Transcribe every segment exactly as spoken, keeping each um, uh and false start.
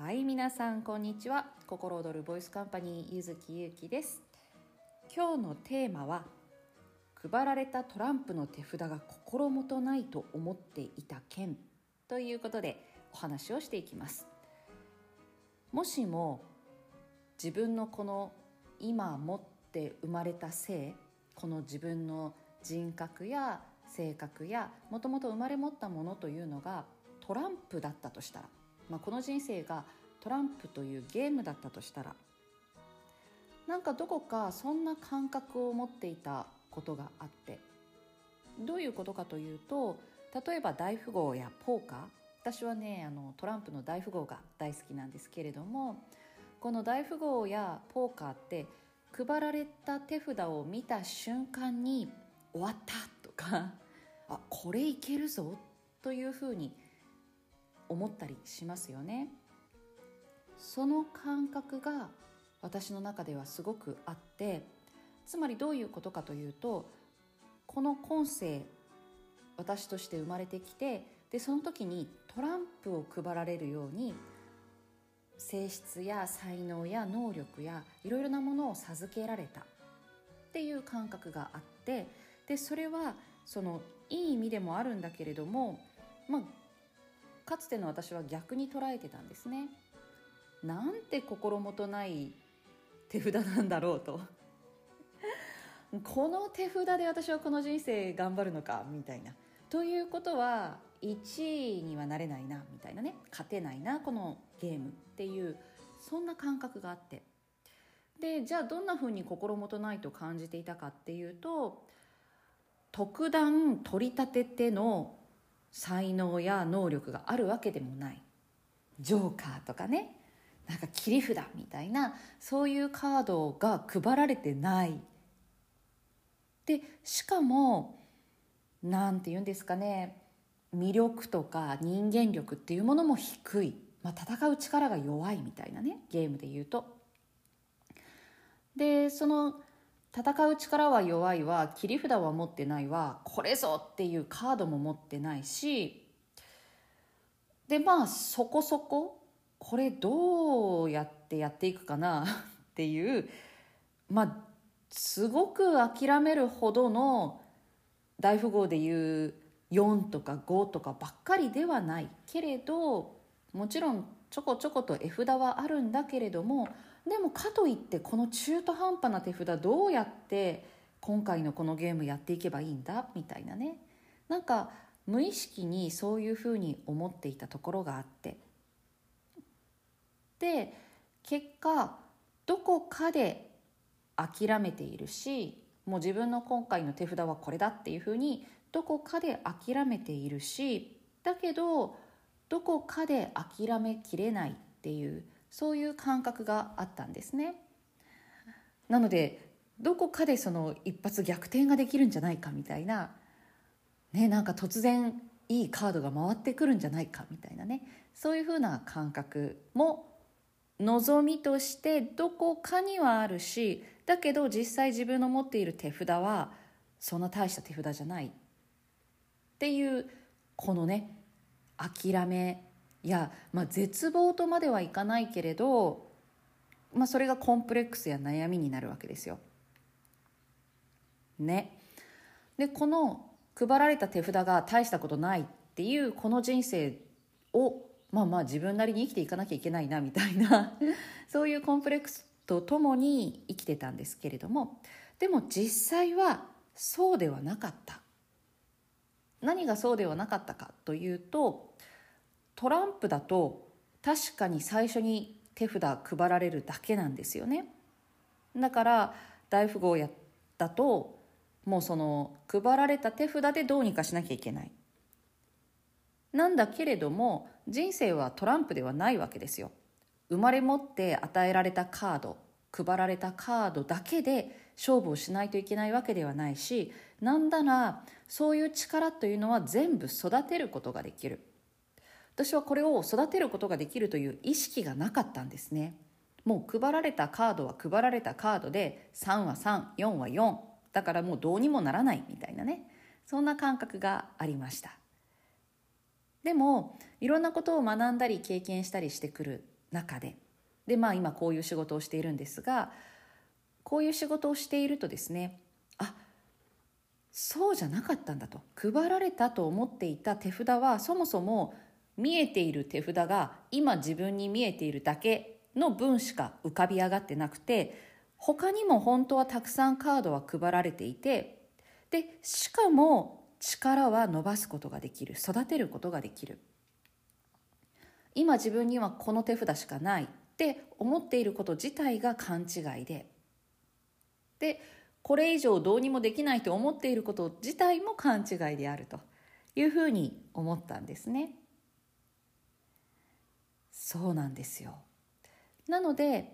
はい、皆さんこんにちは。心躍るボイスカンパニーゆずきゆうきです。今日のテーマは、配られたトランプの手札が心もとないと思っていた件ということでお話をしていきます。もしも自分のこの今持って生まれた性、この自分の人格や性格やもともと生まれ持ったものというのがトランプだったとしたら、まあ、この人生がトランプというゲームだったとしたら、なんかどこかそんな感覚を持っていたことがあって、どういうことかというと、例えば大富豪やポーカー、私はねあのトランプの大富豪が大好きなんですけれども、この大富豪やポーカーって配られた手札を見た瞬間に終わったとかあこれいけるぞというふうに思ったりしますよね。その感覚が私の中ではすごくあって、つまりどういうことかというと、この今世私として生まれてきて、でその時にトランプを配られるように性質や才能や能力やいろいろなものを授けられたっていう感覚があって、でそれはそのいい意味でもあるんだけれども、まあかつての私は逆に捉えてたんですね。なんて心もとない手札なんだろうとこの手札で私はこの人生頑張るのかみたいな、ということはいちいにはなれないなみたいなね、勝てないなこのゲームっていう、そんな感覚があって、でじゃあどんなふうに心もとないと感じていたかっていうと、特段取り立てての才能や能力があるわけでもない、ジョーカーとかね、なんか切り札みたいなそういうカードが配られてない。でしかもなんて言うんですかね、魅力とか人間力っていうものも低い、まあ、戦う力が弱いみたいなね、ゲームで言うと。でその戦う力は弱いわ、切り札は持ってないわ、これぞっていうカードも持ってないし、でまあそこそここれどうやってやっていくかなっていう、まあすごく諦めるほどの大富豪でいうよんとかごとかばっかりではないけれど、もちろんちょこちょこと絵札はあるんだけれども、でもかといってこの中途半端な手札どうやって今回のこのゲームやっていけばいいんだみたいなね、なんか無意識にそういうふうに思っていたところがあって、で結果どこかで諦めているし、もう自分の今回の手札はこれだっていうふうにどこかで諦めているし、だけどどこかで諦めきれないっていう、そういう感覚があったんですね。なのでどこかでその一発逆転ができるんじゃないかみたいなね、なんか突然いいカードが回ってくるんじゃないかみたいなね、そういうふうな感覚も望みとしてどこかにはあるし、だけど実際自分の持っている手札はそんな大した手札じゃないっていう、このね諦めや、まあ、絶望とまではいかないけれど、まあ、それがコンプレックスや悩みになるわけですよね。でこの配られた手札が大したことないっていうこの人生をまあまあ自分なりに生きていかなきゃいけないなみたいなそういうコンプレックスとともに生きてたんですけれども、でも実際はそうではなかった。何がそうではなかったかというと、トランプだと確かに最初に手札配られるだけなんですよね。だから大富豪やだともうその配られた手札でどうにかしなきゃいけない。なんだけれども人生はトランプではないわけですよ。生まれ持って与えられたカード、配られたカードだけで勝負をしないといけないわけではないし、なんだらそういう力というのは全部育てることができる。私はこれを育てることができるという意識がなかったんですね。もう配られたカードは配られたカードで、さんはさん、よんはよんだからもうどうにもならないみたいなね、そんな感覚がありました。でもいろんなことを学んだり経験したりしてくる中でで、まあ、今こういう仕事をしているんですが、こういう仕事をしているとですね、あ、そうじゃなかったんだと。配られたと思っていた手札はそもそも見えている手札が今自分に見えているだけの分しか浮かび上がってなくて、他にも本当はたくさんカードは配られていて、でしかも力は伸ばすことができる、育てることができる。今自分にはこの手札しかないって思っていること自体が勘違いで、でこれ以上どうにもできないと思っていること自体も勘違いであるというふうに思ったんですね。そうなんですよ。なので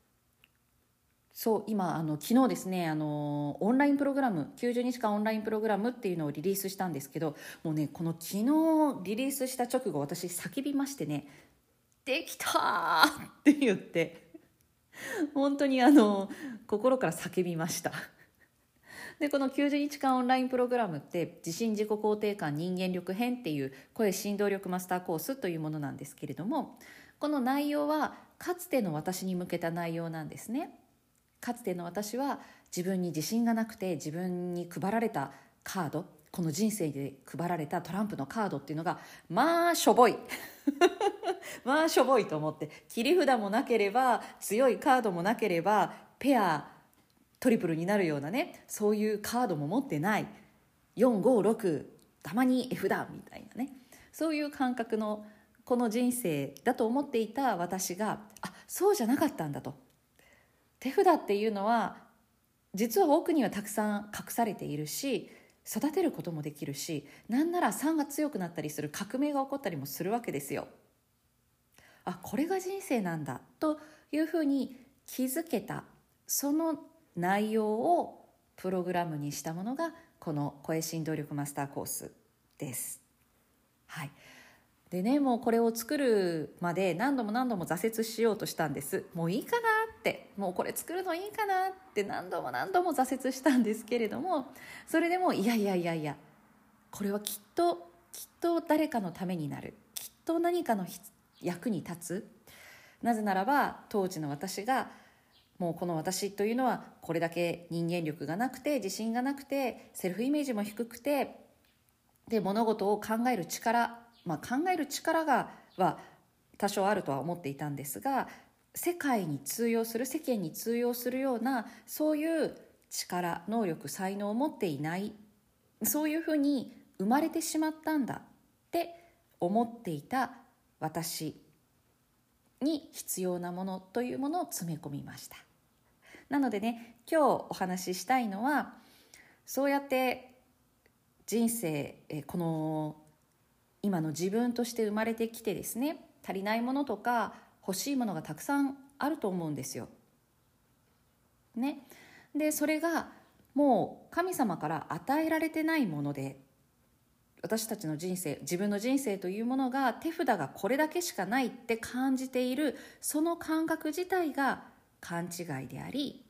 そう今あの昨日ですね、あのオンラインプログラムきゅうじゅうにちかんオンラインプログラムっていうのをリリースしたんですけど、もうねこの昨日リリースした直後、私叫びましてね、できたって言って本当にあの心から叫びましたでこのきゅうじゅうにちかんオンラインプログラムって自信自己肯定感人間力編っていう声振動力マスターコースというものなんですけれども、この内容はかつての私に向けた内容なんですね。かつての私は自分に自信がなくて、自分に配られたカード、この人生で配られたトランプのカードっていうのがまあしょぼいまあしょぼいと思って、切り札もなければ強いカードもなければペアトリプルになるようなね、そういうカードも持ってない、よんごろくたまに絵札みたいなね、そういう感覚のこの人生だと思っていた私が、あ、そうじゃなかったんだと。手札っていうのは実は奥にはたくさん隠されているし、育てることもできるし、なんならさんが強くなったりする革命が起こったりもするわけですよ。あ、これが人生なんだというふうに気づけた、その内容をプログラムにしたものがこの声振動力マスターコースです。はい。でね、もうこれを作るまで何度も何度も挫折しようとしたんです。もういいかなって、もうこれ作るのいいかなって何度も何度も挫折したんですけれども、それでもいやいやいやいや、これはきっときっと誰かのためになる、きっと何かの役に立つ。なぜならば当時の私が、もうこの私というのはこれだけ人間力がなくて、自信がなくて、セルフイメージも低くて、で物事を考える力、まあ、考える力がは多少あるとは思っていたんですが、世界に通用する、世間に通用するようなそういう力、能力、才能を持っていない、そういうふうに生まれてしまったんだって思っていた私に必要なものというものを詰め込みました。なのでね、今日お話ししたいのは、そうやって人生、この今の自分として生まれてきてですね、足りないものとか欲しいものがたくさんあると思うんですよ。ね。で、それがもう神様から与えられてないもので、私たちの人生、自分の人生というものが手札がこれだけしかないって感じている、その感覚自体が勘違いであり、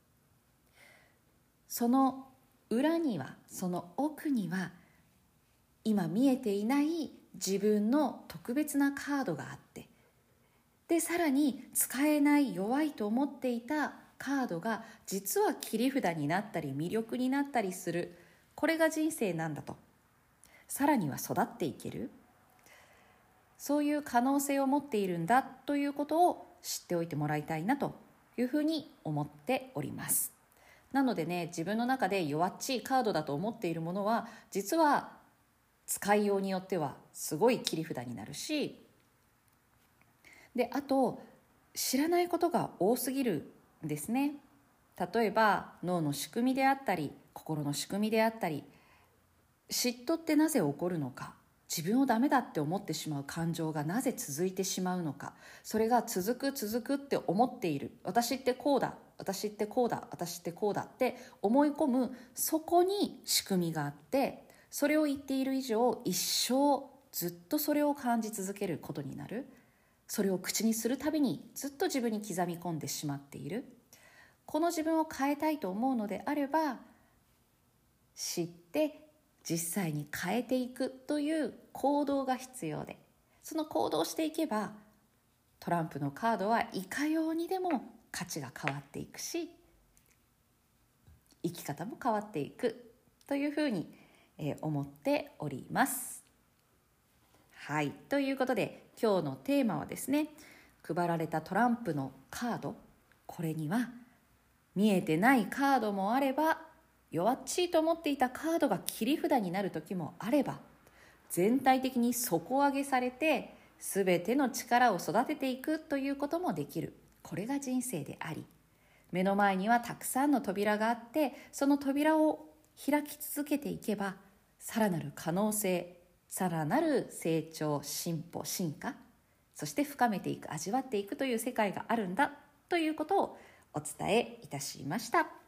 その裏には、その奥には今見えていない自分の特別なカードがあって、でさらに使えない弱いと思っていたカードが実は切り札になったり魅力になったりする。これが人生なんだと。さらには育っていける、そういう可能性を持っているんだということを知っておいてもらいたいなというふうに思っております。なのでね、自分の中で弱っちいカードだと思っているものは、実は使いようによってはすごい切り札になるし、であと知らないことが多すぎるんですね。例えば脳の仕組みであったり、心の仕組みであったり、嫉妬ってなぜ起こるのか、自分をダメだって思ってしまう感情がなぜ続いてしまうのか、それが続く続くって思っている、私ってこうだ、私ってこうだ、私ってこうだって思い込む、そこに仕組みがあって、それを言っている以上一生ずっとそれを感じ続けることになる。それを口にするたびにずっと自分に刻み込んでしまっている。この自分を変えたいと思うのであれば、知って実際に変えていくという行動が必要で、その行動をしていけばトランプのカードはいかようにでも価値が変わっていくし、生き方も変わっていくというふうに思っております。はい、ということで今日のテーマはですね、配られたトランプのカード、これには見えてないカードもあれば、弱っちいと思っていたカードが切り札になる時もあれば、全体的に底上げされて全ての力を育てていくということもできる。これが人生であり、目の前にはたくさんの扉があって、その扉を開き続けていけば、さらなる可能性、さらなる成長、進歩、進化、そして深めていく、味わっていくという世界があるんだということをお伝えいたしました。